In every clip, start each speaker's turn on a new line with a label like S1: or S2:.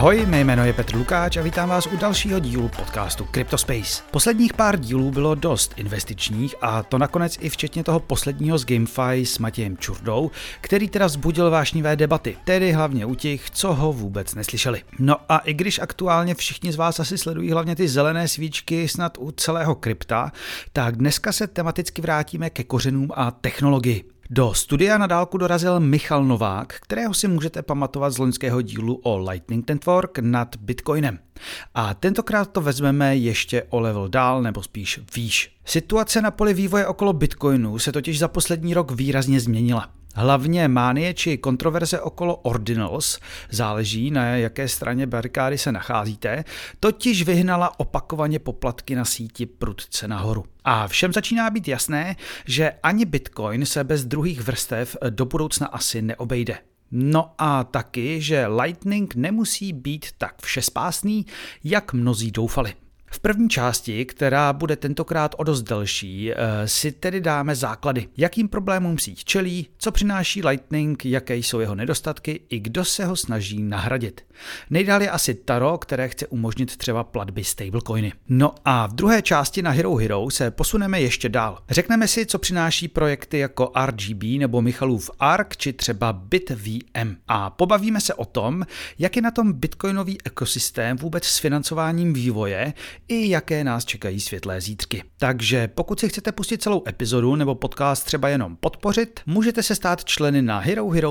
S1: Ahoj, mé jméno je Petr Lukáč a vítám vás u dalšího dílu podcastu CryptoSpace. Posledních pár dílů bylo dost investičních a to nakonec i včetně toho posledního z GameFi s Matějem Čurdou, který teda vzbudil vášnivé debaty, tedy hlavně u těch, co ho vůbec neslyšeli. No a i když aktuálně všichni z vás asi sledují hlavně ty zelené svíčky snad u celého krypta, tak dneska se tematicky vrátíme ke kořenům a technologii. Do studia na dálku dorazil Michal Novák, kterého si můžete pamatovat z loňského dílu o Lightning Network nad Bitcoinem. A tentokrát to vezmeme ještě o level dál, nebo spíš výš. Situace na poli vývoje okolo Bitcoinu se totiž za poslední rok výrazně změnila. Hlavně mánie či kontroverze okolo ordinals, záleží na jaké straně barikády se nacházíte, totiž vyhnala opakovaně poplatky na síti prudce nahoru. A všem začíná být jasné, že ani Bitcoin se bez druhých vrstev do budoucna asi neobejde. No a taky, že Lightning nemusí být tak všespásný, jak mnozí doufali. V první části, která bude tentokrát o dost delší, si tedy dáme základy, jakým problémům síť čelí, co přináší Lightning, jaké jsou jeho nedostatky i kdo se ho snaží nahradit. Nejdál je asi Taro, které chce umožnit třeba platby stablecoiny. No a v druhé části na Hero Hero se posuneme ještě dál. Řekneme si, co přináší projekty jako RGB nebo Michalův ARK či třeba BitVM. A pobavíme se o tom, jak je na tom bitcoinový ekosystém vůbec s financováním vývoje i jaké nás čekají světlé zítřky. Takže pokud si chcete pustit celou epizodu nebo podcast třeba jenom podpořit, můžete se stát členy na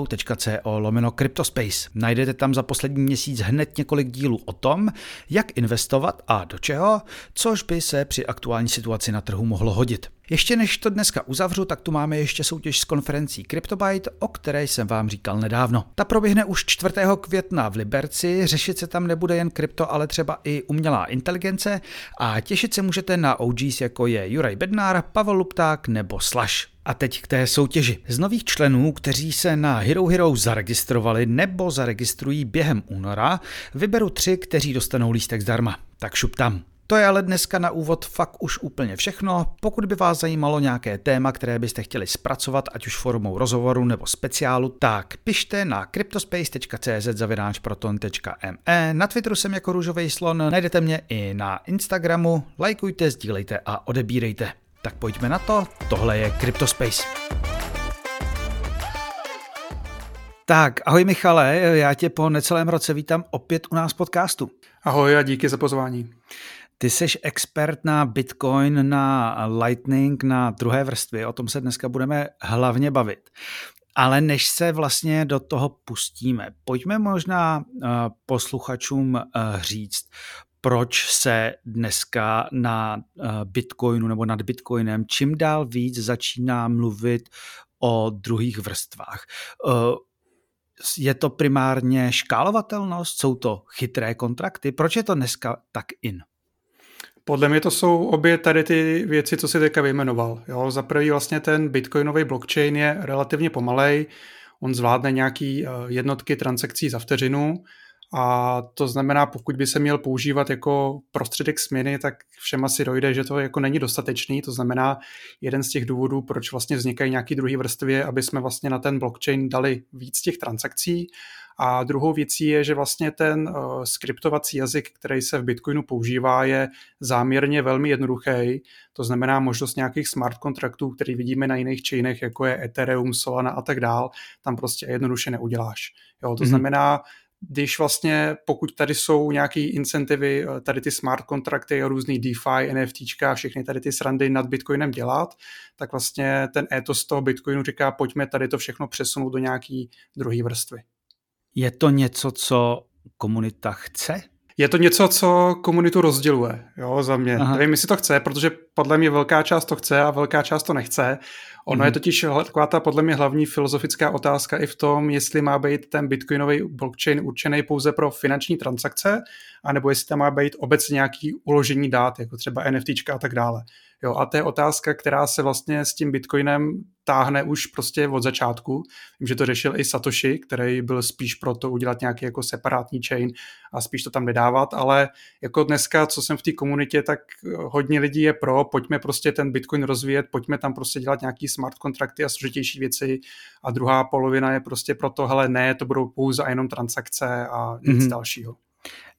S1: herohero.co/CryptoSpace. Najdete tam za poslední měsíc hned několik dílů o tom, jak investovat a do čeho, což by se při aktuální situaci na trhu mohlo hodit. Ještě než to dneska uzavřu, tak tu máme ještě soutěž s konferencí CryptoByte, o které jsem vám říkal nedávno. Ta proběhne už 4. května v Liberci, řešit se tam nebude jen krypto, ale třeba i umělá inteligence a těšit se můžete na OGs jako je Juraj Bednár, Pavel Lupták nebo Slash. A teď k té soutěži. Z nových členů, kteří se na Hero Hero zaregistrovali nebo zaregistrují během února, vyberu 3, kteří dostanou lístek zdarma. Tak šup tam. To je ale dneska na úvod fakt už úplně všechno. Pokud by vás zajímalo nějaké téma, které byste chtěli zpracovat, ať už formou rozhovoru nebo speciálu, tak pište na cryptospace.cz/proton.me. Na Twitteru jsem jako růžovej slon, najdete mě i na Instagramu, lajkujte, sdílejte a odebírejte. Tak pojďme na to, tohle je CryptoSpace. Tak, ahoj Michale, já tě po necelém roce vítám opět u nás v podcastu.
S2: Ahoj a díky za pozvání.
S1: Ty seš expert na Bitcoin, na Lightning, na druhé vrstvy, o tom se dneska budeme hlavně bavit. Ale než se vlastně do toho pustíme, pojďme možná posluchačům říct, proč se dneska na Bitcoinu nebo nad Bitcoinem čím dál víc začíná mluvit o druhých vrstvách. Je to primárně škálovatelnost, jsou to chytré kontrakty, proč je to dneska tak in?
S2: Podle mě to jsou obě tady ty věci, co si teďka vyjmenoval. Jo, za prvý vlastně ten bitcoinový blockchain je relativně pomalej, on zvládne nějaký jednotky transakcí za vteřinu a to znamená, pokud by se měl používat jako prostředek směny, tak všem asi dojde, že to jako není dostatečný, to znamená jeden z těch důvodů, proč vlastně vznikají nějaký druhý vrstvě, aby jsme vlastně na ten blockchain dali víc těch transakcí. A druhou věcí je, že vlastně ten skriptovací jazyk, který se v Bitcoinu používá, je záměrně velmi jednoduchý. To znamená možnost nějakých smart kontraktů, který vidíme na jiných chainech, jako je Ethereum, Solana a tak dál, tam prostě jednoduše neuděláš. Jo, to znamená, když vlastně, pokud tady jsou nějaký incentivy, tady ty smart kontrakty, různý DeFi, NFTčka, všechny tady ty srandy nad Bitcoinem dělat, tak vlastně ten étos toho Bitcoinu říká, pojďme tady to všechno přesunout do nějaký druhý vrstvy.
S1: Je to něco, co komunita chce?
S2: Je to něco, co komunitu rozděluje, jo, za mě. Aha. Nevím, jestli to chce, protože podle mě velká část to chce a velká část to nechce. Ono je totiž taková ta podle mě hlavní filozofická otázka i v tom, jestli má být ten bitcoinový blockchain určený pouze pro finanční transakce, anebo jestli tam má být obecně nějaký uložení dát, jako třeba NFTčka a tak dále. Jo, a to je otázka, která se vlastně s tím Bitcoinem táhne už prostě od začátku. Vím, že to řešil i Satoshi, který byl spíš pro to udělat nějaký jako separátní chain a spíš to tam vydávat, ale jako dneska, co jsem v té komunitě, tak hodně lidí je pro, pojďme prostě ten Bitcoin rozvíjet, pojďme tam prostě dělat nějaký smart kontrakty a složitější věci a druhá polovina je prostě pro to, hele ne, to budou pouze a jenom transakce a nic dalšího.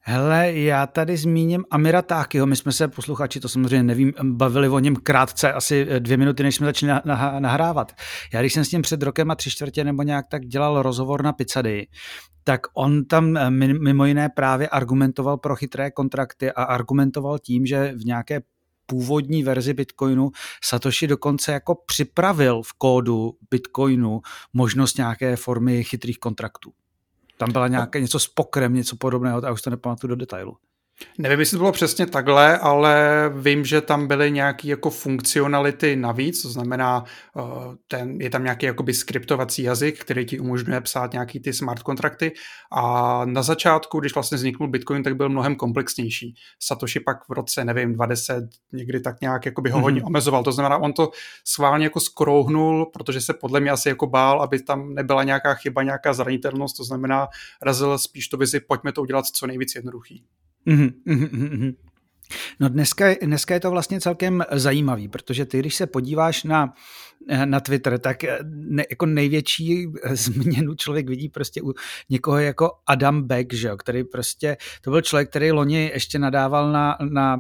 S1: Hele, já tady zmíním Amira Takiho, my jsme se posluchači, to samozřejmě nevím, bavili o něm krátce, asi 2 minuty, než jsme začali nahrávat. Já když jsem s ním před rokem a 3/4 nebo nějak tak dělal rozhovor na Pizzady, tak on tam mimo jiné právě argumentoval pro chytré kontrakty a argumentoval tím, že v nějaké původní verzi Bitcoinu Satoshi dokonce jako připravil v kódu Bitcoinu možnost nějaké formy chytrých kontraktů. Tam byla nějaké něco s pokrem, něco podobného, a už to nepamatuju do detailu.
S2: Nevím, jestli to bylo přesně takhle, ale vím, že tam byly nějaké jako funkcionality navíc, to znamená, je tam nějaký jakoby skriptovací jazyk, který ti umožňuje psát nějaký ty smart kontrakty a na začátku, když vlastně vzniknul Bitcoin, tak byl mnohem komplexnější. Satoshi pak v roce, nevím, 20 někdy tak nějak jakoby ho hodně omezoval, to znamená, on to schválně jako skrouhnul, protože se podle mě asi jako bál, aby tam nebyla nějaká chyba, nějaká zranitelnost, to znamená, razil spíš tu vizi, pojďme to udělat co nejvíc jednoduchý.
S1: No dneska je to vlastně celkem zajímavý, protože ty, když se podíváš na Twitter, tak jako největší změnu člověk vidí prostě u někoho jako Adam Beck, že jo, který prostě, to byl člověk, který loni ještě nadával na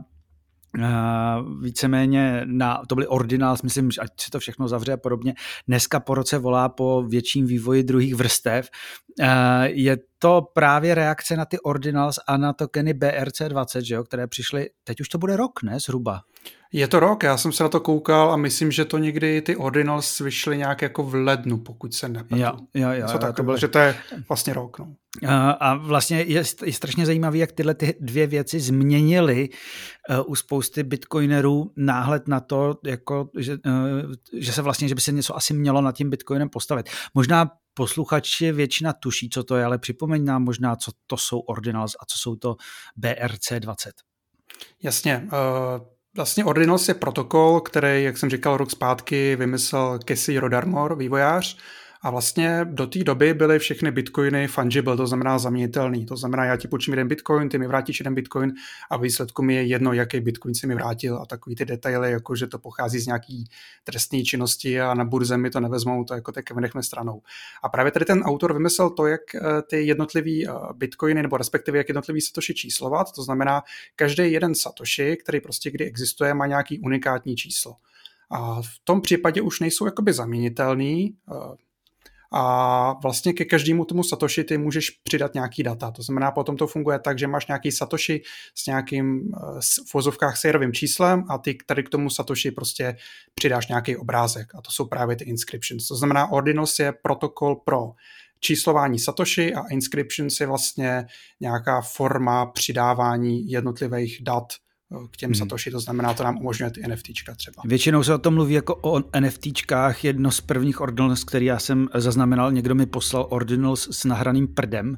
S1: víceméně to byly ordinals, myslím, ať se to všechno zavře a podobně. Dneska po roce volá po větším vývoji druhých vrstev. Je to právě reakce na ty ordinals a na tokeny BRC20, že jo, které přišly, teď už to bude rok, ne, zhruba?
S2: Je to rok, já jsem se na to koukal a myslím, že to někdy ty ordinals vyšly nějak jako v lednu, pokud se nepletu.
S1: Jo,
S2: to bylo, že to je vlastně rok. No.
S1: A vlastně je strašně zajímavé, jak tyhle ty dvě věci změnily u spousty bitcoinerů náhled na to, jako, že se vlastně, že by se něco asi mělo nad tím bitcoinem postavit. Možná posluchači většina tuší, co to je, ale připomeň nám možná, co to jsou ordinals a co jsou to BRC20.
S2: Jasně, vlastně Ordinals je protokol, který, jak jsem říkal, rok zpátky vymyslel Casey Rodarmor, vývojář, a vlastně do té doby byly všechny bitcoiny fungible, to znamená zaměnitelný. To znamená, já ti půjčím 1 bitcoin, ty mi vrátíš 1 bitcoin a výsledku mi je jedno, jaký bitcoin si mi vrátil a takový ty detaily, jako že to pochází z nějaký trestné činnosti a na burze mi to nevezmou, to jako tak vynechme stranou. A právě tady ten autor vymyslel to, jak ty jednotlivý bitcoiny, nebo respektive jak jednotlivý satoshi číslovat, to znamená, každý jeden satoshi, který prostě kdy existuje, má nějaký unikátní číslo. A v tom případě už nejsou jakoby zaměnitelný, a vlastně ke každému tomu satoshi ty můžeš přidat nějaký data. To znamená, potom to funguje tak, že máš nějaký satoshi s nějakým v vozovkách sérovým číslem a ty tady k tomu satoshi prostě přidáš nějaký obrázek. A to jsou právě ty inscriptions. To znamená, Ordinals je protokol pro číslování satoshi a inscriptions je vlastně nějaká forma přidávání jednotlivých dat k těm satoshi, to znamená, to nám umožňuje ty NFTčka třeba.
S1: Většinou se o tom mluví jako o NFTčkách, jedno z prvních ordinals, který já jsem zaznamenal, někdo mi poslal ordinals s nahraným prdem,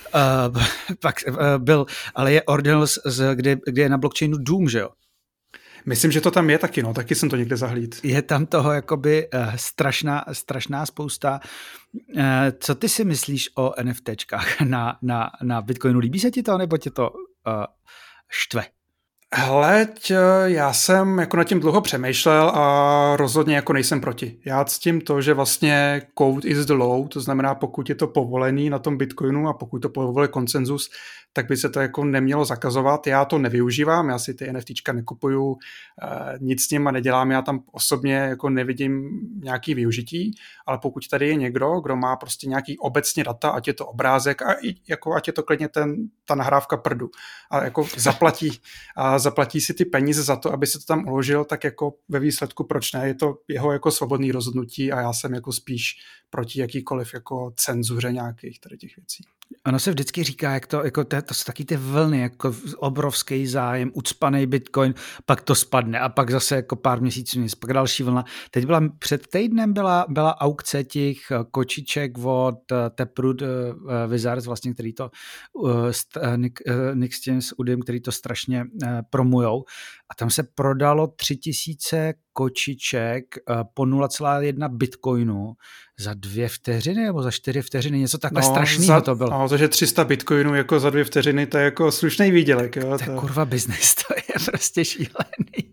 S1: ale je ordinals, kde je na blockchainu Doom, že jo?
S2: Myslím, že to tam je taky, taky jsem to někde zahlíd.
S1: Je tam toho jakoby strašná spousta. Co ty si myslíš o NFTčkách na Bitcoinu? Líbí se ti to, nebo tě to štve?
S2: Hele, já jsem jako nad tím dlouho přemýšlel a rozhodně jako nejsem proti. Já ctím to, že vlastně code is the law, to znamená, pokud je to povolený na tom Bitcoinu a pokud to povoluje konsenzus, tak by se to jako nemělo zakazovat. Já to nevyužívám, já si ty NFTčka nekupuju, nic s nima nedělám, já tam osobně jako nevidím nějaký využití, ale pokud tady je někdo, kdo má prostě nějaký obecně data, ať je to obrázek a jako ať je to klidně ta nahrávka prdu a jako zaplatí si ty peníze za to, aby se to tam uložil, tak jako ve výsledku proč ne, je to jeho jako svobodný rozhodnutí a já jsem jako spíš proti jakýkoliv jako cenzuře nějakých tady těch věcí.
S1: Ono se vždycky říká, jak to jsou taky ty vlny, jako obrovský zájem, ucpaný Bitcoin, pak to spadne a pak zase jako pár měsíců nic, pak další vlna. Teď před týdnem byla aukce těch kočiček od Taproot Wizards, vlastně, který to Nick s Udym, který to strašně promujou. A tam se prodalo 3000 kočiček po 0,1 bitcoinu za 2 vteřiny nebo za 4 vteřiny, něco takhle strašného to bylo.
S2: No, takže 300 bitcoinů jako za 2 vteřiny, to je jako slušný výdělek. Jo,
S1: to je kurva business, to je prostě šílený.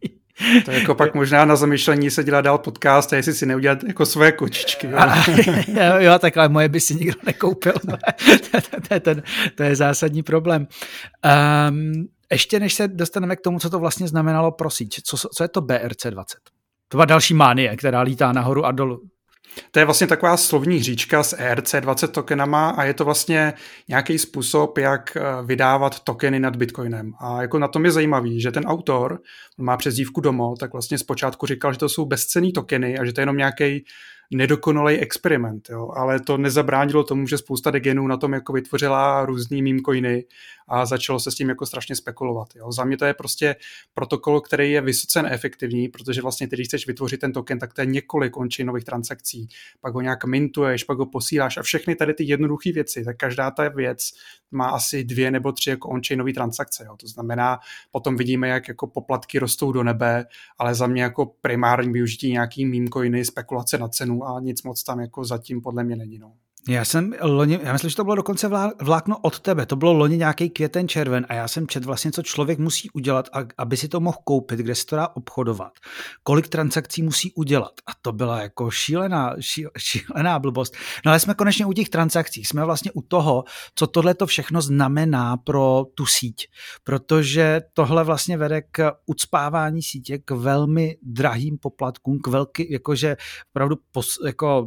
S2: To je jako pak možná na zamýšlení se dělá dál podcast a jestli si neudělat jako svoje kočičky.
S1: Jo, takhle moje by si nikdo nekoupil. To je zásadní problém. Ještě než se dostaneme k tomu, co to vlastně znamenalo pro síť, co je to BRC20? To byla další mánie, která lítá nahoru a dolů.
S2: To je vlastně taková slovní hříčka s ERC20 tokenama a je to vlastně nějaký způsob, jak vydávat tokeny nad Bitcoinem. A jako na tom je zajímavý, že ten autor, on má přezdívku Domo, tak vlastně zpočátku říkal, že to jsou bezcenný tokeny a že to je jenom nějaký nedokonalý experiment, jo? Ale to nezabránilo tomu, že spousta degenů na tom jako vytvořila různý meme coiny a začalo se s tím jako strašně spekulovat. Jo? Za mě to je prostě protokol, který je vysoce neefektivní, protože vlastně když chceš vytvořit ten token, tak to je několik on-chainových transakcí, pak ho nějak mintuješ, pak ho posíláš a všechny tady ty jednoduché věci, tak každá ta věc má asi 2 nebo 3 jako on-chainové transakce. Jo? To znamená, potom vidíme, jak jako poplatky rostou do nebe, ale za mě jako primární využití nějaký meme coiny, spekulace na cenu a nic moc tam jako zatím podle mě není. No.
S1: Já myslím, že to bylo dokonce vlákno od tebe, to bylo loni nějaký květen, červen a já jsem četl vlastně, co člověk musí udělat, aby si to mohl koupit, kde se to dá obchodovat, kolik transakcí musí udělat a to byla jako šílená blbost. No ale jsme konečně u těch transakcí, jsme vlastně u toho, co tohle to všechno znamená pro tu síť, protože tohle vlastně vede k ucpávání sítě, k velmi drahým poplatkům, k jakože opravdu jako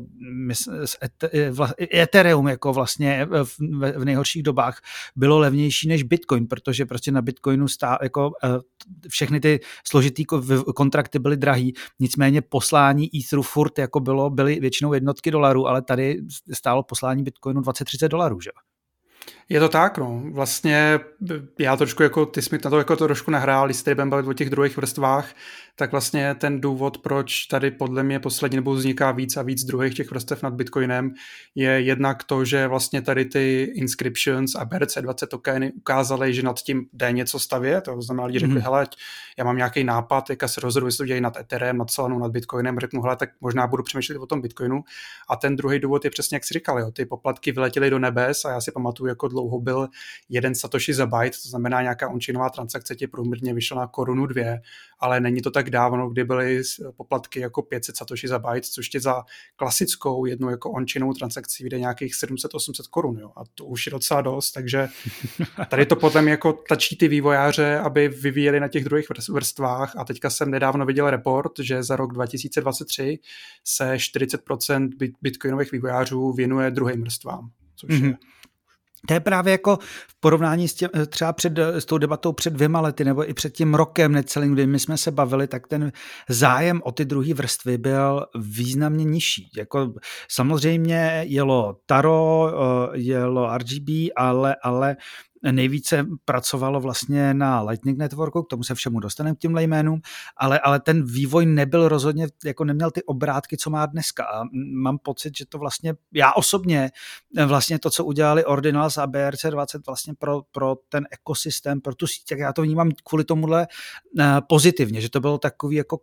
S1: Ethereum jako vlastně v nejhorších dobách bylo levnější než Bitcoin, protože prostě na Bitcoinu jako všechny ty složitý kontrakty byly drahý, nicméně poslání Etheru furt jako byly většinou jednotky dolarů, ale tady stálo poslání Bitcoinu $20-30, že?
S2: Je to tak, no. Vlastně já trošku jako, ty jsi mi na to jako to trošku nahrál, když se tady budeme bavit o těch druhých vrstvách, tak vlastně ten důvod, proč tady podle mě poslední nebo vzniká víc a víc druhých těch vrstev nad Bitcoinem, je jednak to, že vlastně tady ty inscriptions a BRC20 tokeny ukázaly, že nad tím jde něco stavět. To znamená, lidi řekli, hele, já mám nějaký nápad, jaká se rozhodu, jestli to dělají nad Etherem, nad Solanou, nad Bitcoinem, řeknu, hele, tak možná budu přemýšlet o tom Bitcoinu. A ten druhý důvod je přesně, jak jsi říkal, jo, ty poplatky vyletěly do nebes a já si pamatuju, jako dlouho byl 1 satoshi za byte, to znamená nějaká on-chainová transakce ti průměrně vyšla na 1-2 Kč, ale není to tak dávno, kdy byly poplatky jako 500 satoshi za byte, což ti za klasickou jednu jako on-chainovou transakci vyjde nějakých 700-800 Kč, jo, a to už je docela dost, takže tady to potom jako tlačí ty vývojáře, aby vyvíjeli na těch druhých vrstvách a teďka jsem nedávno viděl report, že za rok 2023 se 40% bitcoinových vývojářů věnuje druhým vrstvám, což je
S1: to je právě jako v porovnání třeba s tou debatou před 2 lety nebo i před tím rokem necelým, kdy my jsme se bavili, tak ten zájem o ty druhé vrstvy byl významně nižší. Jako samozřejmě jelo Taro, jelo RGB, ale nejvíce pracovalo vlastně na Lightning Networku, k tomu se všemu dostaneme k těmhle jménům, ale ten vývoj nebyl rozhodně, jako neměl ty obrátky, co má dneska. A mám pocit, že to vlastně, já osobně vlastně to, co udělali Ordinals a BRC20 vlastně pro ten ekosystém, pro tu síť, tak já to vnímám kvůli tomuhle pozitivně, že to bylo takový jako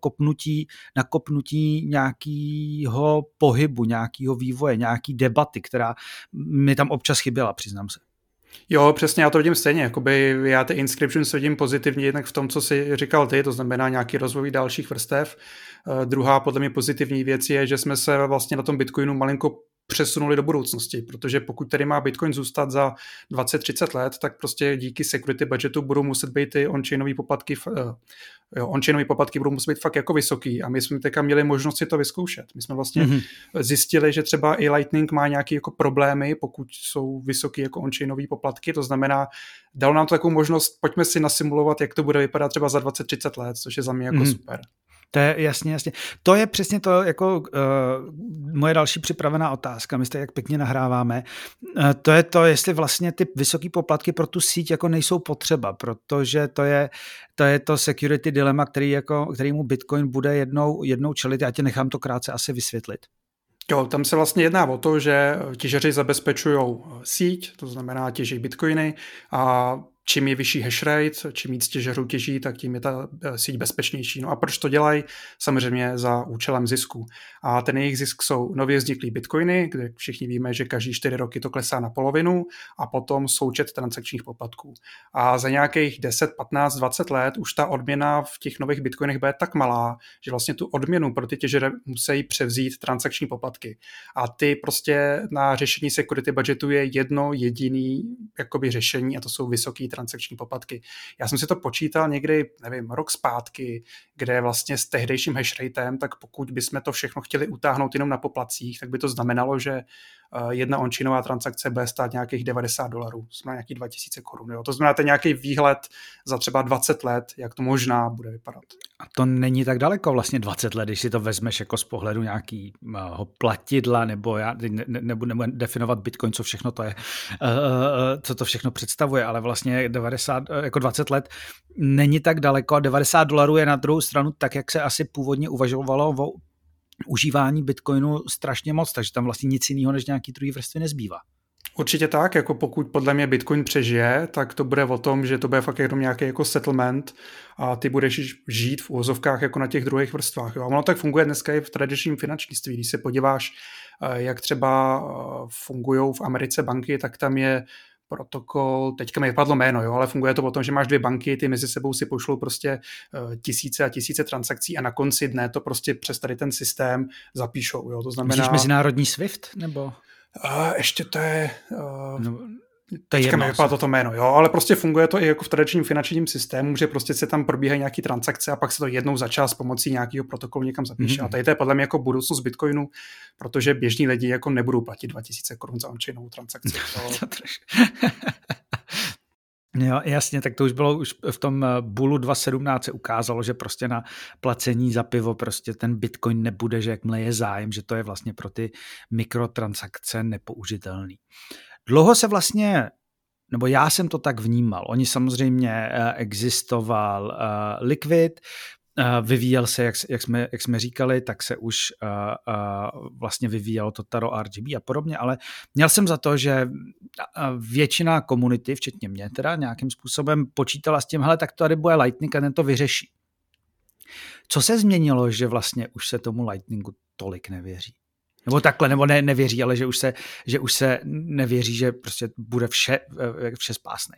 S1: nakopnutí nějakého pohybu, nějakého vývoje, nějaký debaty, která mi tam občas chyběla, přiznám se.
S2: Jo, přesně, já to vidím stejně, jakoby já ty inscriptions vidím pozitivně jednak v tom, co jsi říkal ty, to znamená nějaký rozvoj dalších vrstev. Druhá podle mě pozitivní věc je, že jsme se vlastně na tom Bitcoinu malinko přesunuli do budoucnosti, protože pokud tady má Bitcoin zůstat za 20-30 let, tak prostě díky security budgetu budou muset být ty on-chainové poplatky, budou muset být fakt jako vysoký a my jsme teďka měli možnost si to vyzkoušet. My jsme vlastně zjistili, že třeba i Lightning má nějaké jako problémy, pokud jsou vysoký jako on-chainové poplatky, to znamená, dalo nám to takovou možnost, pojďme si nasimulovat, jak to bude vypadat třeba za 20-30 let, což je za mě jako super.
S1: To je jasně. To je přesně to, jako moje další připravená otázka. My jste jak pěkně nahráváme. To je to, jestli vlastně ty vysoké poplatky pro tu síť jako nejsou potřeba, protože to je to security dilema, kterýmu Bitcoin bude jednou čelit. Já tě nechám to krátce asi vysvětlit.
S2: Jo, tam se vlastně jedná o to, že těžaři zabezpečují síť, to znamená těží bitcoiny a čím je vyšší hash rate, čím víc těžařů těží, tak tím je ta síť bezpečnější. No a proč to dělají? Samozřejmě za účelem zisku. A ten jejich zisk jsou nově vzniklý bitcoiny, kde všichni víme, že každý 4 roky to klesá na polovinu, a potom součet transakčních poplatků. A za nějakých 10, 15, 20 let už ta odměna v těch nových bitcoinech bude tak malá, že vlastně tu odměnu pro ty těžaře musí převzít transakční poplatky. A ty prostě na řešení security budgetu je jedno jediný jakoby řešení, a to jsou vysoký transakční poplatky. Já jsem si to počítal někdy, nevím, rok zpátky, kde vlastně s tehdejším hashratem, tak pokud bychom to všechno chtěli utáhnout jenom na poplatcích, tak by to znamenalo, že jedna on-chainová transakce bude stát nějakých $90, znamená nějakých 2000 korun. Jo. To znamená nějaký výhled za třeba 20 let, jak to možná bude vypadat.
S1: A to není tak daleko vlastně 20 let, když si to vezmeš jako z pohledu nějakého platidla, nebo já nebudu definovat Bitcoin, co všechno to je, co to všechno představuje, ale vlastně 20 let není tak daleko a $90 je na druhou stranu tak, jak se asi původně uvažovalo o užívání Bitcoinu strašně moc, takže tam vlastně nic jiného než nějaký druhý vrstvy nezbývá.
S2: Určitě tak, jako pokud podle mě Bitcoin přežije, tak to bude o tom, že to bude fakt jenom nějaký jako settlement a ty budeš žít v úvozovkách jako na těch druhých vrstvách. Jo. A ono tak funguje dneska i v tradičním finančnictví. Když se podíváš, jak třeba fungují v Americe banky, tak tam je protokol, teďka mi vypadlo jméno, jo, ale funguje to o tom, že máš 2 banky, ty mezi sebou si pošlou prostě tisíce a tisíce transakcí a na konci dne to prostě přes tady ten systém zapíšou. Jo. To znamená...
S1: Myslíš mezinárodní SWIFT? Nebo...
S2: ještě to je...
S1: To je
S2: teďka mi vypadlo to jméno, jo, ale prostě funguje to i jako v tradičním finančním systému, že prostě se tam probíhají nějaký transakce a pak se to jednou za čas pomocí nějakého protokolu někam zapíše. A tady to je podle mě jako budoucnost Bitcoinu, protože běžní lidi jako nebudou platit 2000 korun za on-chainovou transakci.
S1: Jo, jasně, tak to už bylo už v tom bullu 2017 se ukázalo, že prostě na placení za pivo prostě ten Bitcoin nebude, že jakmile je zájem, že to je vlastně pro ty mikrotransakce nepoužitelný. Dlouho se vlastně, nebo já jsem to tak vnímal, oni samozřejmě existoval Liquid, vyvíjel se, jak jsme říkali, tak se už vlastně vyvíjelo to Taro RGB a podobně, ale měl jsem za to, že většina komunity, včetně mě teda, nějakým způsobem počítala s tím, hele, tak tady bude Lightning a ten to vyřeší. Co se změnilo, že vlastně už se tomu Lightningu tolik nevěří? Nebo takhle, nebo nevěří, ale že už se nevěří, že prostě bude vše spásnej.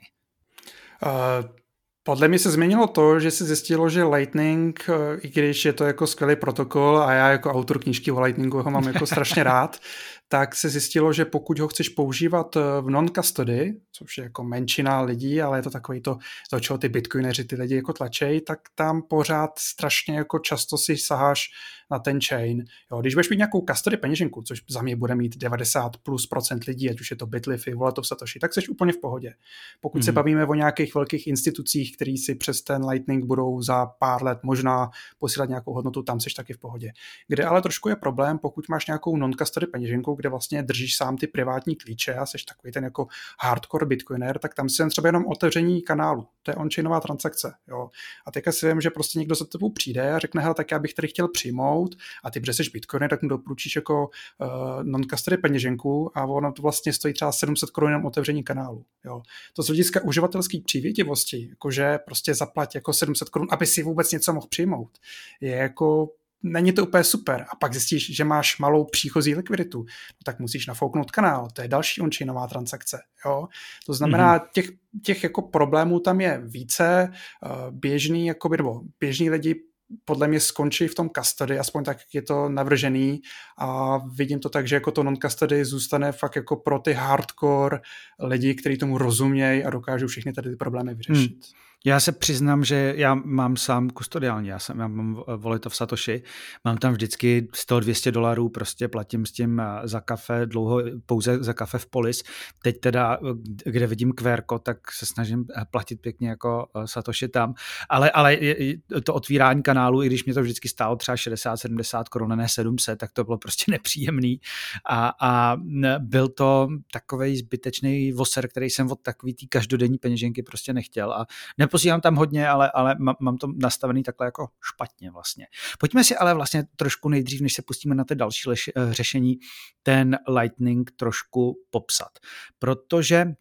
S2: Podle mě se změnilo to, že se zjistilo, že Lightning, i když je to jako skvělý protokol a já jako autor knížky o Lightningu ho mám jako strašně rád, tak se zjistilo, že pokud ho chceš používat v non-custody, což je jako menšina lidí, ale je to takový to čeho ty bitcoineři ty lidi jako tlačej, tak tam pořád strašně jako často si saháš na ten chain. Jo, když budeš mít nějakou custody peněženku, což za mě bude mít 90+% lidí, ať už je to Bitlify, Walletov Satoshi, tak jsi úplně v pohodě. Pokud se bavíme o nějakých velkých institucích, který si přes ten Lightning budou za pár let možná posílat nějakou hodnotu, tam jsi taky v pohodě. Kde ale trošku je problém, pokud máš nějakou non-custody peněženku, kde vlastně držíš sám ty privátní klíče a jsi takový ten jako hardcore bitcoiner, tak tam si třeba jenom otevření kanálu. To je on-chainová transakce. Jo. A teďka si vím, že prostě někdo za tebou přijde a řekne, hele, tak já bych tady chtěl přijmout a ty jsi bitcoiner, tak mu doporučíš jako non-custody peněženku a ono to vlastně stojí třeba 700 korun jenom otevření kanálu. Jo. To z hlediska uživatelské přívětivosti, jakože prostě zaplať jako 700 korun, aby si vůbec něco mohl přijmout, je jako není to úplně super. A pak zjistíš, že máš malou příchozí likviditu, no, tak musíš nafouknout kanál. To je další on-chainová transakce. Jo? To znamená, těch jako problémů tam je více. Běžní lidi podle mě skončí v tom custody, aspoň tak, jak je to navržený, a vidím to tak, že jako to non-custody zůstane fakt jako pro ty hardcore lidi, kteří tomu rozumějí a dokážou všechny tady ty problémy vyřešit.
S1: Já se přiznám, že já mám sám kustodiální, já mám Walletov Satoshi, mám tam vždycky $100-200, prostě platím s tím za kafe, pouze za kafe v Polis. Teď teda, kde vidím QR kód, tak se snažím platit pěkně jako Satoshi tam, ale to otvírání kanálu, i když mě to vždycky stálo třeba 60-70 korun, ne 700, tak to bylo prostě nepříjemný a byl to takovej zbytečný voser, který jsem od takový tý každodenní peněženky prostě nechtěl a neposílám tam hodně, ale mám to nastavený takhle jako špatně vlastně. Pojďme si ale vlastně trošku nejdřív, než se pustíme na ty další řešení, ten Lightning trošku popsat. Protože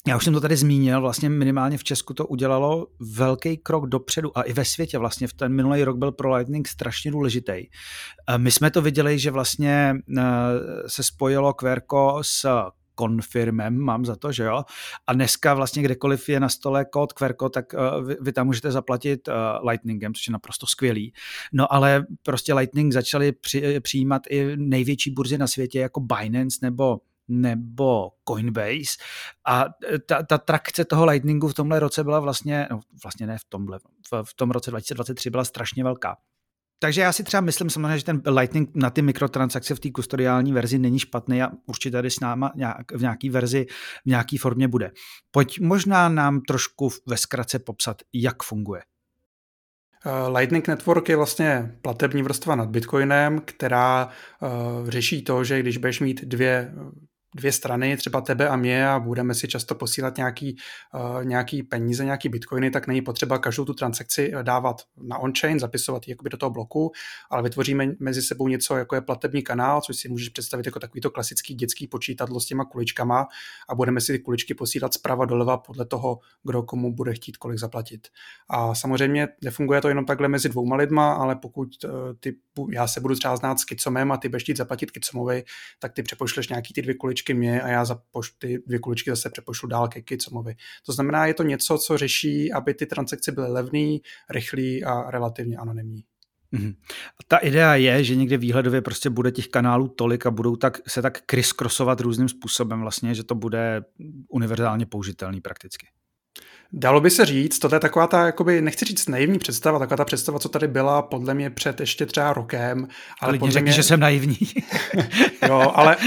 S1: Já už jsem to tady zmínil, vlastně minimálně v Česku to udělalo velký krok dopředu a i ve světě vlastně v ten minulý rok byl pro Lightning strašně důležitý. My jsme to viděli, že vlastně se spojilo Querco s Confirmem, mám za to, že jo. A dneska vlastně kdekoliv je na stole kód Querco, tak vy tam můžete zaplatit Lightningem, což je naprosto skvělý. No ale prostě Lightning začali přijímat i největší burzy na světě jako Binance nebo Coinbase a ta trakce toho Lightningu v tomhle roce byla vlastně ne v tom roce 2023 byla strašně velká. Takže já si třeba myslím samozřejmě, že ten Lightning na ty mikrotransakce v té kustodiální verzi není špatný a určitě tady s náma v nějaký verzi, v nějaký formě bude. Pojď možná nám trošku ve zkratce popsat, jak funguje.
S2: Lightning Network je vlastně platební vrstva nad Bitcoinem, která řeší to, že když budeš mít dvě strany, třeba tebe a mě a budeme si často posílat nějaký peníze, nějaký bitcoiny, tak není potřeba každou tu transakci dávat na on-chain, zapisovat ji jakoby do toho bloku, ale vytvoříme mezi sebou něco, jako je platební kanál, což si můžeš představit jako takovýto klasický dětský počítadlo s těma kuličkama a budeme si ty kuličky posílat zprava doleva podle toho, kdo komu bude chtít kolik zaplatit. A samozřejmě nefunguje to jenom takhle mezi dvouma lidma, ale pokud já se budu třeba znát s Kicomem a ty budeš chtít zaplatit Kicomovi, tak ty přepošleš nějaký ty 2 kuličky mě a já ty 2 kuličky zase přepošlu dál ke Kicomovi. To znamená, je to něco, co řeší, aby ty transakce byly levný, rychlý a relativně anonymní.
S1: Ta idea je, že někde výhledově prostě bude těch kanálů tolik a budou se tak criss-crossovat různým způsobem vlastně, že to bude univerzálně použitelný prakticky.
S2: Dalo by se říct, to je taková ta, jakoby, nechci říct naivní představa, taková ta představa, co tady byla podle mě před ještě třeba rokem.
S1: Ale podle řekni, že jsem naivní.
S2: Jo, ale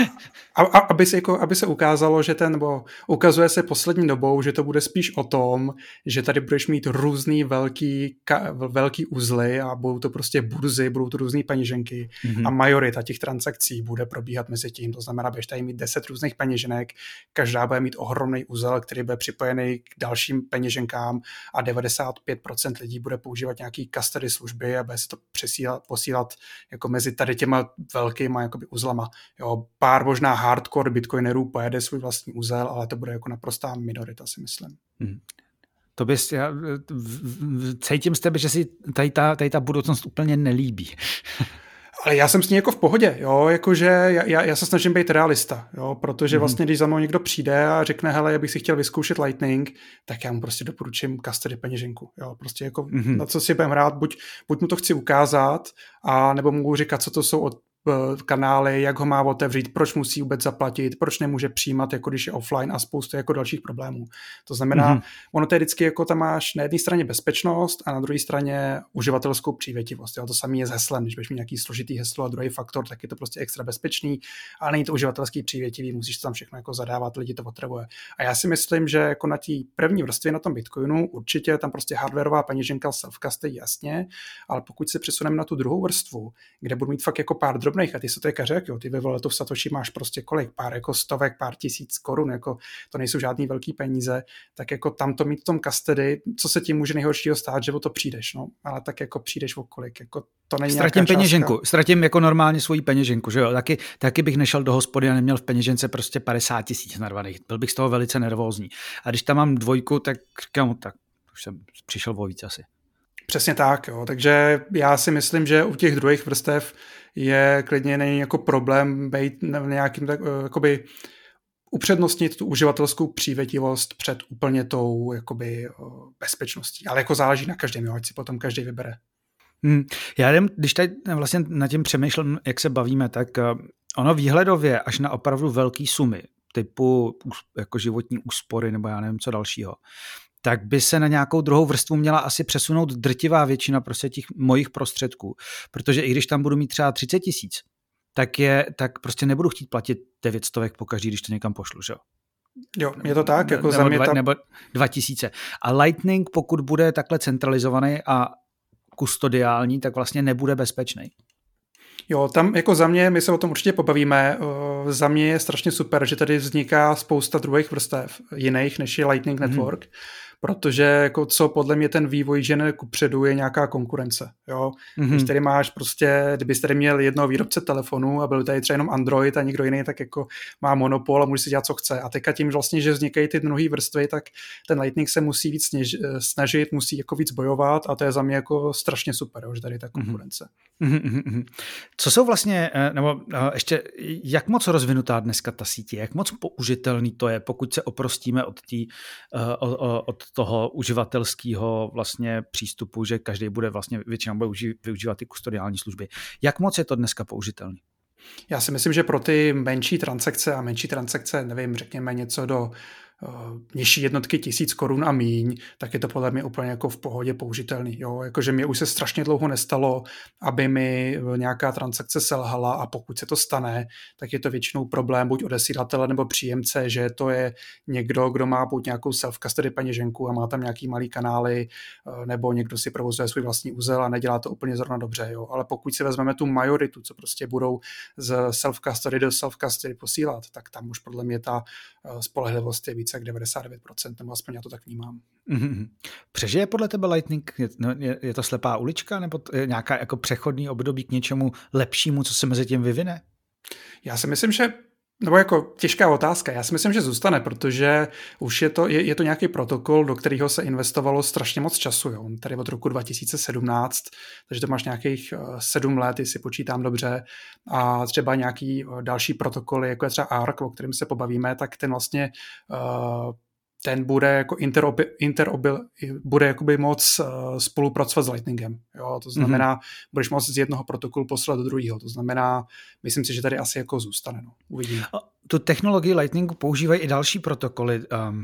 S2: aby se ukázalo, že ukazuje se poslední dobou, že to bude spíš o tom, že tady budeš mít různý velký uzly a budou to prostě burzy, budou to různý peněženky a majorita těch transakcí bude probíhat mezi tím. To znamená, budeš tady mít 10 různých peněženek, každá bude mít ohromný uzel, který bude připojený k dalším peněženkám a 95% lidí bude používat nějaký custody služby a bude se to posílat jako mezi tady těma velkýma jakoby uzlama. Jo, pár možná hardcore bitcoinerů pojede svůj vlastní uzel, ale to bude jako naprostá minorita, si myslím.
S1: To bys, já cítím z tebe, že si tady ta budoucnost úplně nelíbí.
S2: Ale já jsem s ní jako v pohodě, jo, jakože já se snažím být realista, jo, protože vlastně, když za mnou někdo přijde a řekne, hele, já bych si chtěl vyzkoušet Lightning, tak já mu prostě doporučím custody peněženku, jo, prostě jako na co si budem hrát, buď mu to chci ukázat, a nebo mu říkat, co to jsou kanály, jak ho má otevřít, proč musí vůbec zaplatit, proč nemůže přijímat, jako když je offline a spoustu jako dalších problémů. To znamená, ono to je vždycky, jako tam máš na jedné straně bezpečnost a na druhé straně uživatelskou přívětivost. Jo? To samé je s heslem, když budeš mít nějaký složitý heslo a druhý faktor, tak je to prostě extra bezpečný, ale není to uživatelský přívětivý, musíš to tam všechno jako zadávat, lidi to potřebuje. A já si myslím, že jako na té první vrstvě na tom Bitcoinu určitě tam prostě hardwareová peněženka self-custody jasně, ale pokud se přesuneme na tu druhou vrstvu, kde budu mít fakt jako pár drobných, a ty se to řekl, jo, ty ve valetu v Satoshi máš prostě kolik, pár jako stovek, pár tisíc korun, jako to nejsou žádný velký peníze, tak jako tam to mít v tom custody, co se tím může nejhoršího stát, že o to přijdeš, no, ale tak jako přijdeš o kolik, jako to není
S1: ztratím peněženku, ztratím jako normálně svoji peněženku, že jo, taky bych nešel do hospody a neměl v peněžence prostě 50 000 narvaných, byl bych z toho velice nervózní. A když tam mám 2, tak říkám, tak už jsem přišel o víc asi.
S2: Přesně tak, jo. Takže já si myslím, že u těch druhých vrstev je klidně není jako problém být nějakým jakoby upřednostnit tu uživatelskou přívětivost před úplně tou jakoby bezpečností. Ale jako záleží na každém, jo, ať si potom každý vybere.
S1: Já když tady vlastně nad tím přemýšlím, jak se bavíme, tak ono výhledově až na opravdu velký sumy, typu jako životní úspory nebo já nevím co dalšího, tak by se na nějakou druhou vrstvu měla asi přesunout drtivá většina prostě těch mojich prostředků. Protože i když tam budu mít třeba 30 000, tak prostě nebudu chtít platit 900 pokaždý, když to někam pošlu, že jo?
S2: Jo, je to tak, jako za mě
S1: nebo 2000. A Lightning, pokud bude takhle centralizovaný a kustodiální, tak vlastně nebude bezpečný.
S2: Jo, tam jako za mě, my se o tom určitě pobavíme, za mě je strašně super, že tady vzniká spousta druhých vrstev jiných, než je Lightning Network, protože jako co podle mě ten vývoj žene kupředu je nějaká konkurence. Jo? Když tady máš prostě, kdybys tady měl jednoho výrobce telefonu a byl tady třeba jenom Android a nikdo jiný, tak jako má monopol a může si dělat, co chce. A teďka tím vlastně, že vznikají ty mnohé vrstvy, tak ten Lightning se musí víc snažit, musí jako víc bojovat a to je za mě jako strašně super, jo, že tady je ta konkurence.
S1: Co jsou vlastně, nebo ještě, jak moc rozvinutá dneska ta sítě, jak moc použitelný to je, pokud se oprostíme od toho uživatelského vlastně přístupu, že každý bude vlastně většinou bude využívat ty kustodiální služby. Jak moc je to dneska použitelný?
S2: Já si myslím, že pro ty menší transakce, nevím, řekněme něco do nižší jednotky 1000 korun a míň, tak je to podle mě úplně jako v pohodě použitelný. Jo? Jakože mě už se strašně dlouho nestalo, aby mi nějaká transakce selhala a pokud se to stane, tak je to většinou problém buď odesílatele nebo příjemce, že to je někdo, kdo má buď nějakou self-custody peněženku a má tam nějaký malý kanály, nebo někdo si provozuje svůj vlastní uzel a nedělá to úplně zrovna dobře. Jo? Ale pokud si vezmeme tu majoritu, co prostě budou z self-custody do self-custody posílat, tak tam už podle mě ta spolehlivost je více jak 99%, nebo aspoň já to tak vnímám.
S1: Přežije podle tebe Lightning? Je to slepá ulička, nebo nějaká jako přechodný období k něčemu lepšímu, co se mezi tím vyvine?
S2: Já si myslím, že nebo jako těžká otázka. Já si myslím, že zůstane, protože už je to nějaký protokol, do kterého se investovalo strašně moc času. Jo. Tady od roku 2017, takže to máš nějakých 7 let, jestli počítám dobře. A třeba nějaký další protokoly, jako je třeba ARC, o kterém se pobavíme, tak ten vlastně ten bude jako bude jakoby moc spolupracovat s Lightningem. Jo? To znamená, budeš moct z jednoho protokolu poslat do druhého. To znamená, myslím si, že tady asi jako zůstane. No. Uvidíme.
S1: Tu technologii Lightningu používají i další protokoly.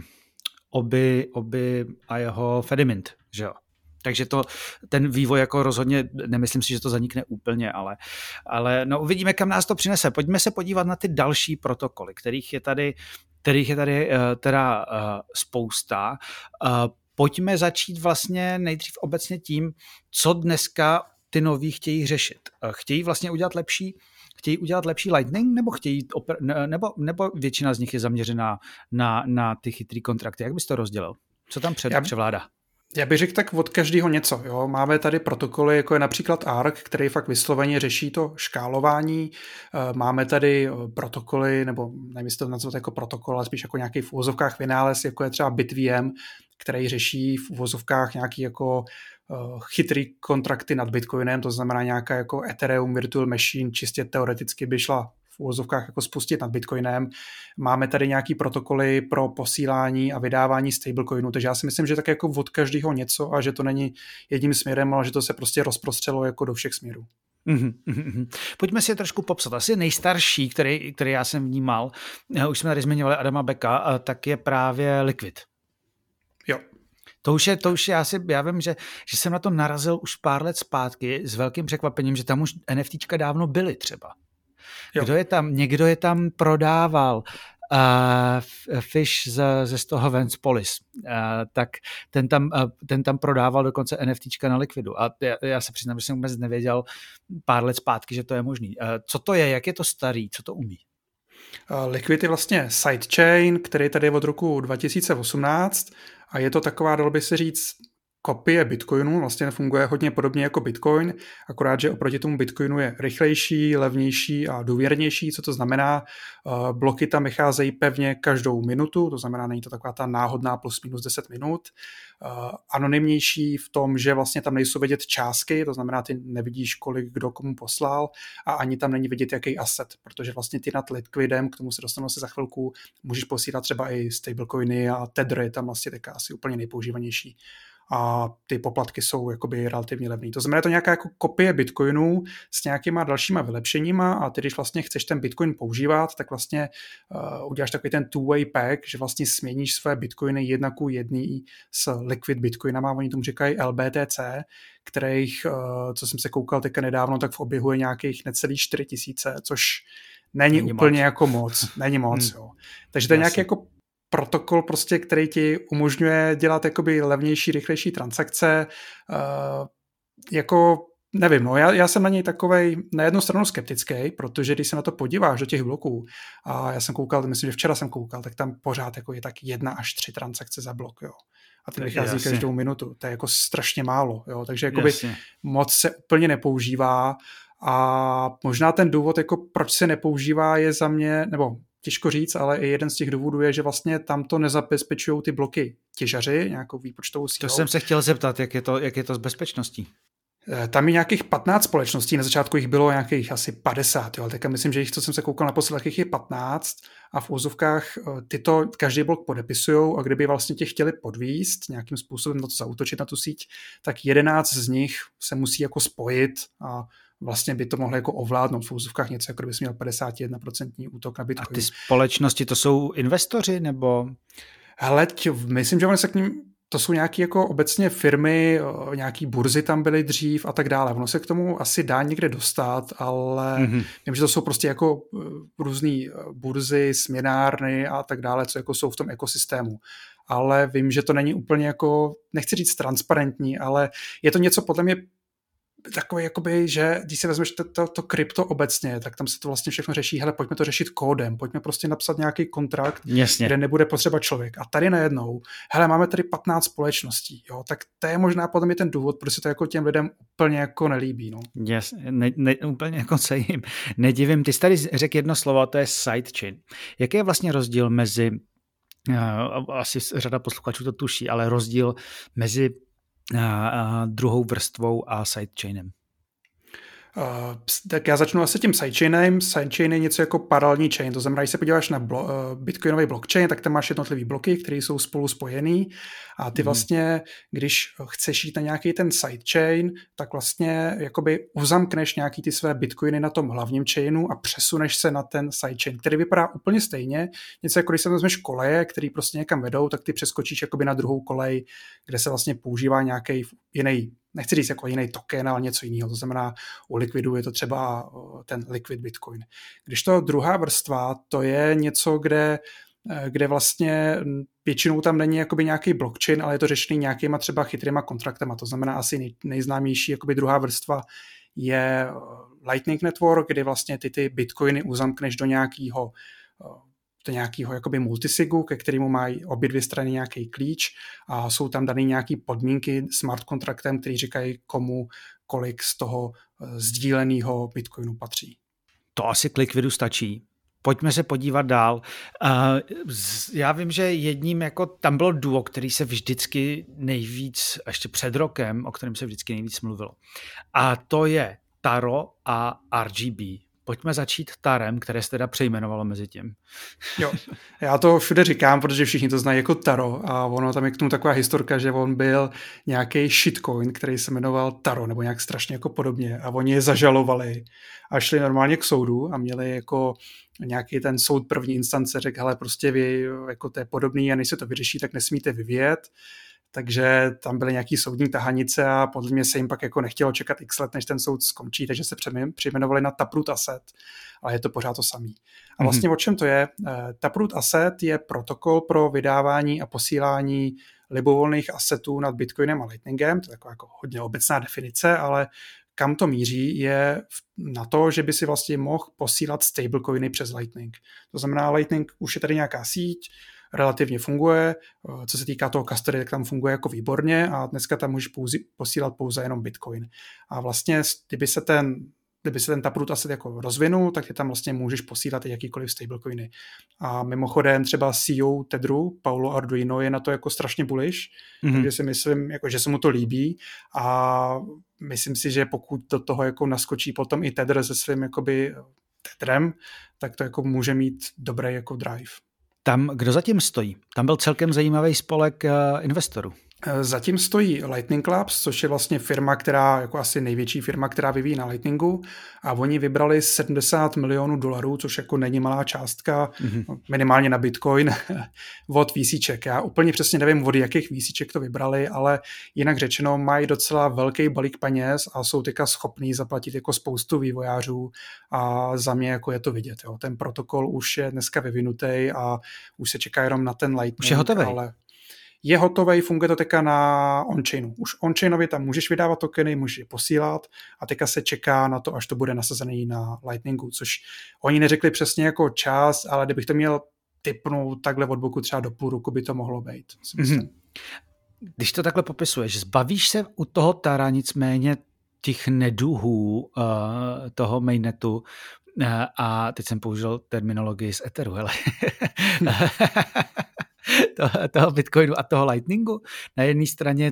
S1: Oby a jeho Fedimint, že jo? Takže ten vývoj jako rozhodně, nemyslím si, že to zanikne úplně, ale no uvidíme, kam nás to přinese. Pojďme se podívat na ty další protokoly, kterých je tady teda spousta. Pojďme začít vlastně nejdřív obecně tím, co dneska ty noví chtějí řešit. Chtějí vlastně udělat lepší Lightning, nebo většina z nich je zaměřená na ty chytrý kontrakty? Jak bys to rozdělil? Co tam převládá?
S2: Já bych řekl tak od každého něco. Jo. Máme tady protokoly, jako je například ARC, který fakt vysloveně řeší to škálování. Máme tady protokoly, nebo nevím, jestli to nazvat jako protokol, ale spíš jako nějaký v uvozovkách vynález, jako je třeba BitVM, který řeší v uvozovkách nějaký jako chytrý kontrakty nad Bitcoinem, to znamená nějaká jako Ethereum Virtual Machine, čistě teoreticky by šla v uvozovkách jako spustit nad Bitcoinem. Máme tady nějaký protokoly pro posílání a vydávání stablecoinu, takže já si myslím, že tak jako od každého něco a že to není jedním směrem, ale že to se prostě rozprostřelo jako do všech směrů.
S1: Pojďme si je trošku popsat. Asi nejstarší, který já jsem vnímal, už jsme tady zmiňovali Adama Becka, tak je právě Liquid.
S2: Jo.
S1: To už já vím, že jsem na to narazil už pár let zpátky s velkým překvapením, že tam už NFTčka dávno byly třeba. Někdo je tam prodával, Fish ze toho Vance Polis, tak ten tam prodával dokonce NFTčka na Liquidu a já se přiznám, že jsem vůbec nevěděl pár let zpátky, že to je možný. Co to je, jak je to starý, co to umí?
S2: Liquid je vlastně sidechain, který tady je od roku 2018 a je to taková, dalo by se říct, kopie Bitcoinu, vlastně funguje hodně podobně jako Bitcoin, akorát, že oproti tomu Bitcoinu je rychlejší, levnější a důvěrnější. Co to znamená? Bloky tam vycházejí pevně každou minutu, to znamená, není to taková ta náhodná plus minus 10 minut. Anonymnější v tom, že vlastně tam nejsou vidět částky, to znamená, ty nevidíš, kolik kdo komu poslal a ani tam není vidět, jaký asset, protože vlastně ty nad Liquidem, k tomu se dostanu asi za chvilku, můžeš posílat třeba i stablecoiny a Tether je tam vlastně taká asi úplně nejpoužívanější. A ty poplatky jsou jakoby relativně levný. To znamená, to nějaká jako kopie Bitcoinu s nějakýma dalšíma vylepšeníma a ty, když vlastně chceš ten Bitcoin používat, tak vlastně uděláš takový ten two-way pack, že vlastně směníš své Bitcoiny 1:1 s Liquid Bitcoinama, oni tomu říkají LBTC, kterých, co jsem se koukal teďka nedávno, tak v oběhu je nějakých necelých 4000, což není úplně moc. Jako moc. Není moc, jo. Takže to je nějaký jako protokol, prostě, který ti umožňuje dělat jakoby levnější, rychlejší transakce. Jako nevím, no, já jsem na něj takovej na jednu stranu skeptický, protože když se na to podíváš do těch bloků, a já jsem koukal, myslím, že včera jsem koukal, tak tam pořád jako je tak 1 až 3 transakce za blok, jo. a ty vychází každou minutu. To je jako strašně málo, jo? Takže jakoby
S1: Jasně.
S2: moc se úplně nepoužívá a možná ten důvod, jako proč se nepoužívá, je za mě, nebo těžko říct, ale i jeden z těch důvodů je, že vlastně tam to nezabezpečují ty bloky těžaři, nějakou výpočtovou sílou.
S1: To jsem se chtěl zeptat, jak je to s bezpečností.
S2: Tam je nějakých 15 společností, na začátku jich bylo nějakých asi 50, jo, teďka myslím, že jich, co jsem se koukal naposled, jich je 15 a v úzovkách tyto každý blok podepisujou a kdyby vlastně tě chtěli podvíst, nějakým způsobem na to zaútočit na tu síť, tak 11 z nich se musí jako spojit a vlastně by to mohlo jako ovládnout v úzovkách něco, jako kdyby jsi měl 51% útok na Bitcoin.
S1: A ty společnosti, to jsou investoři, nebo?
S2: Hele, myslím, že oni se k ním, to jsou nějaké jako obecně firmy, nějaký burzy tam byly dřív a tak dále. Ono se k tomu asi dá někde dostat, ale vím, že to jsou prostě jako různý burzy, směnárny a tak dále, co jako jsou v tom ekosystému. Ale vím, že to není úplně jako, nechci říct transparentní, ale je to něco podle mě takové, jakoby, že když si vezmeš to krypto obecně, tak tam se to vlastně všechno řeší, hele, pojďme to řešit kódem, pojďme prostě napsat nějaký kontrakt, kde nebude potřeba člověk. A tady najednou, hele, máme tady 15 společností, jo, tak to je možná podle mě ten důvod, proč se to jako těm lidem úplně jako nelíbí, no.
S1: Yes, úplně jako se jim nedivím. Ty jsi tady řekl jedno slovo, to je sidechain. Jaký je vlastně rozdíl mezi, asi řada posluchačů to tuší, ale rozdíl mezi druhou vrstvou a sidechainem?
S2: Tak já začnu asi tím sidechainem. Sidechain je něco jako paralelní chain, to znamená, když se podíváš na bitcoinový blockchain, tak tam máš jednotlivý bloky, které jsou spolu spojený a ty vlastně, když chceš jít na nějaký ten sidechain, tak vlastně jakoby uzamkneš nějaký ty své bitcoiny na tom hlavním chainu a přesuneš se na ten sidechain, který vypadá úplně stejně. Něco jako když se vezmeš koleje, který prostě někam vedou, tak ty přeskočíš jakoby na druhou kolej, kde se vlastně používá nějaký jiný, nechci říct jako jiný token, ale něco jiného. To znamená, u Liquidu je to třeba ten Liquid Bitcoin. Když to druhá vrstva, to je něco, kde vlastně většinou tam není jakoby nějaký blockchain, ale je to řešený nějakýma třeba chytrýma kontraktama. To znamená asi nejznámější jakoby druhá vrstva je Lightning Network, kdy vlastně ty bitcoiny uzamkneš do nějakého jakoby multisigu, ke kterému mají obě dvě strany nějaký klíč a jsou tam dané nějaké podmínky smart kontraktem, který říkají, komu kolik z toho sdíleného bitcoinu patří.
S1: To asi k Liquidu stačí. Pojďme se podívat dál. Já vím, že jedním jako tam bylo duo, který se vždycky nejvíc, ještě před rokem, o kterém se vždycky nejvíc mluvilo. A to je Taro a RGB. Pojďme začít Tarem, které se teda přejmenovalo mezi tím.
S2: Jo, já to všude říkám, protože všichni to znají jako Taro a ono tam je k tomu taková historka, že on byl nějaký shitcoin, který se jmenoval Taro, nebo nějak strašně jako podobně a oni je zažalovali a šli normálně k soudu a měli jako nějaký ten soud první instance, řekl, hele, prostě vy, jako to je podobný a než se to vyřeší, tak nesmíte vyvíjet. Takže tam byly nějaký soudní tahanice a podle mě se jim pak jako nechtělo čekat x let, než ten soud skončí, takže se přejmenovali na Taproot Asset, ale je to pořád to samý. A vlastně o čem to je? Taproot Asset je protokol pro vydávání a posílání libovolných asetů nad Bitcoinem a Lightningem, to je jako hodně obecná definice, ale kam to míří, je na to, že by si vlastně mohl posílat stablecoiny přes Lightning. To znamená, Lightning už je tady nějaká síť, relativně funguje, co se týká toho custody, tak tam funguje jako výborně a dneska tam můžeš posílat pouze jenom Bitcoin. A vlastně, kdyby se ten Taproot Asset jako rozvinul, tak ty tam vlastně můžeš posílat i jakýkoliv stablecoiny. A mimochodem třeba CEO Tethru, Paulo Arduino, je na to jako strašně bullish, takže si myslím, jako, že se mu to líbí a myslím si, že pokud do toho jako naskočí potom i Tether se svým jakoby Tethrem, tak to jako může mít dobrý jako drive.
S1: Tam, kdo zatím stojí? Tam byl celkem zajímavý spolek investorů.
S2: Zatím stojí Lightning Labs, což je vlastně firma, která, jako asi největší firma, která vyvíjí na Lightningu a oni vybrali $70 milionů, což jako není malá částka, minimálně na Bitcoin, od VCček. Já úplně přesně nevím, od jakých VCček to vybrali, ale jinak řečeno mají docela velký balík peněz a jsou teďka schopní zaplatit jako spoustu vývojářů a za mě jako je to vidět. Jo. Ten protokol už je dneska vyvinutý a už se čeká jenom na ten Lightning.
S1: Už je hotový.
S2: Ale je hotovej, funguje to teďka na on-chainu. Už on-chainově tam můžeš vydávat tokeny, můžeš je posílat a teďka se čeká na to, až to bude nasazený na Lightningu, což oni neřekli přesně jako čas, ale kdybych to měl tipnout takhle od boku třeba do půl roku by to mohlo být.
S1: Když to takhle popisuješ, zbavíš se u toho Tara nicméně těch neduhů toho mainnetu, a teď jsem použil terminologii z Etheru, hele. toho Bitcoinu a toho Lightningu. Na jedné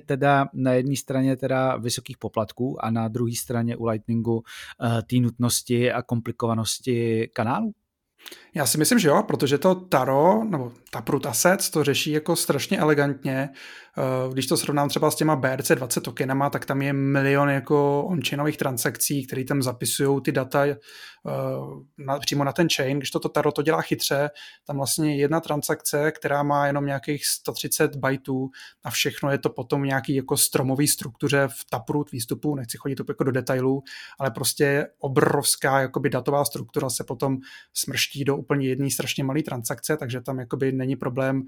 S1: straně teda vysokých poplatků a na druhé straně u Lightningu té nutnosti a komplikovanosti kanálů.
S2: Já si myslím, že jo, protože to Taro, nebo Taproot Assets, to řeší jako strašně elegantně. Když to srovnám třeba s těma BRC20 tokenama, tak tam je milion jako on-chainových transakcí, které tam zapisují ty data přímo na ten chain. Když to Taro to dělá chytře, tam vlastně jedna transakce, která má jenom nějakých 130 bajtů a všechno je to potom nějaký jako stromový struktuře v Taproot výstupu, nechci chodit jako do detailů, ale prostě obrovská jakoby datová struktura se potom smrští do úplně jedné strašně malé transakce, takže tam jakoby není problém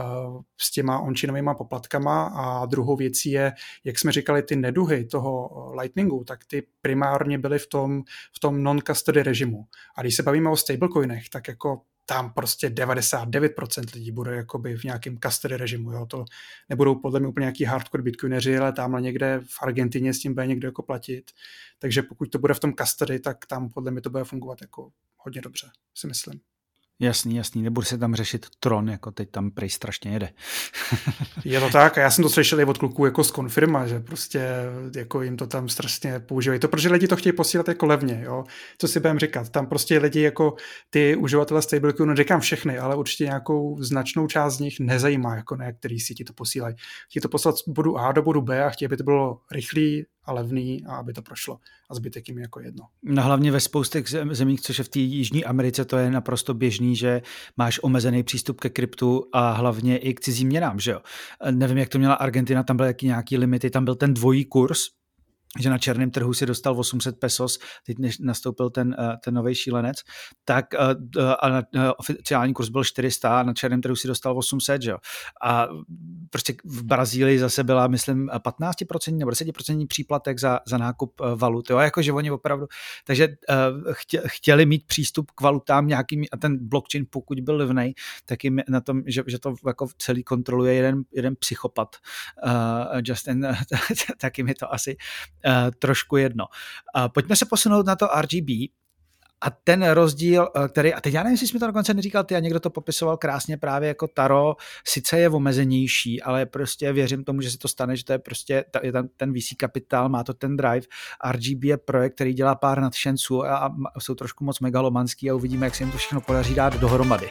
S2: s těma on-chainovýma poplatkama. A druhou věcí je, jak jsme říkali, ty neduhy toho Lightningu, tak ty primárně byly v tom non-custody režimu. A když se bavíme o stablecoinech, tak jako tam prostě 99% lidí bude jakoby v nějakém custody režimu. Jo? To nebudou podle mě úplně nějaký hardcore bitcoineři, ale tamhle někde v Argentině s tím bude někdo jako platit. Takže pokud to bude v tom custody, tak tam podle mě to bude fungovat jako hodně dobře, si myslím.
S1: Jasný, nebude se tam řešit Tron, jako teď tam prej strašně jede.
S2: Je to tak a já jsem to slyšel i od kluků jako z Confirma, že prostě jako jim to tam strašně používají. To, protože lidi to chtějí posílat jako levně, jo. Co si budeme říkat, tam prostě lidi jako ty uživatelé stablecoinu, neříkám všechny, ale určitě nějakou značnou část z nich nezajímá, jako na který síti to posílají. Chtějí to poslat z bodu A do bodu B a chtějí, aby to bylo rychlý a levný a aby to prošlo. A zbytek jim jako jedno.
S1: No hlavně ve spoustě zemích, což je v té Jižní Americe, to je naprosto běžný, že máš omezený přístup ke kryptu a hlavně i k cizím měnám, že jo. Nevím, jak to měla Argentina, tam byly nějaký limity, tam byl ten dvojí kurz, že na černém trhu si dostal 800 pesos, teď než nastoupil ten nový šílenec, tak a oficiální kurz byl 400 a na černém trhu si dostal 800, že jo. A prostě v Brazílii zase byla, myslím, 15% nebo 10% příplatek za nákup valut, jo, jakože oni opravdu, takže chtěli mít přístup k valutám nějakým a ten blockchain, pokud byl levnej, tak jim na tom, že to jako celý kontroluje jeden psychopat, Justin, tak jim je to asi trošku jedno. Pojďme se posunout na to RGB a ten rozdíl, který, a teď já nevím, jestli jsi mi to dokonce neříkal ty a někdo to popisoval krásně právě jako Taro, sice je omezenější, ale prostě věřím tomu, že se to stane, že to je prostě, je tam ten VC kapitál, má to ten drive. RGB je projekt, který dělá pár nadšenců a jsou trošku moc megalomanský a uvidíme, jak se jim to všechno podaří dát dohromady.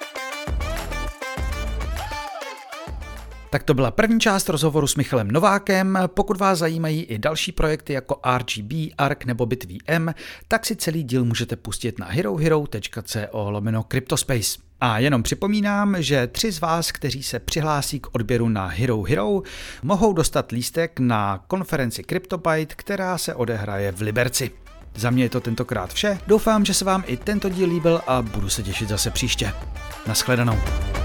S1: Tak to byla první část rozhovoru s Michalem Novákem. Pokud vás zajímají i další projekty jako RGB, ARK nebo BitVM, tak si celý díl můžete pustit na herohero.co/cryptospace. A jenom připomínám, že 3 z vás, kteří se přihlásí k odběru na Hero Hero, mohou dostat lístek na konferenci CryptoByte, která se odehraje v Liberci. Za mě je to tentokrát vše. Doufám, že se vám i tento díl líbil a budu se těšit zase příště. Naschledanou.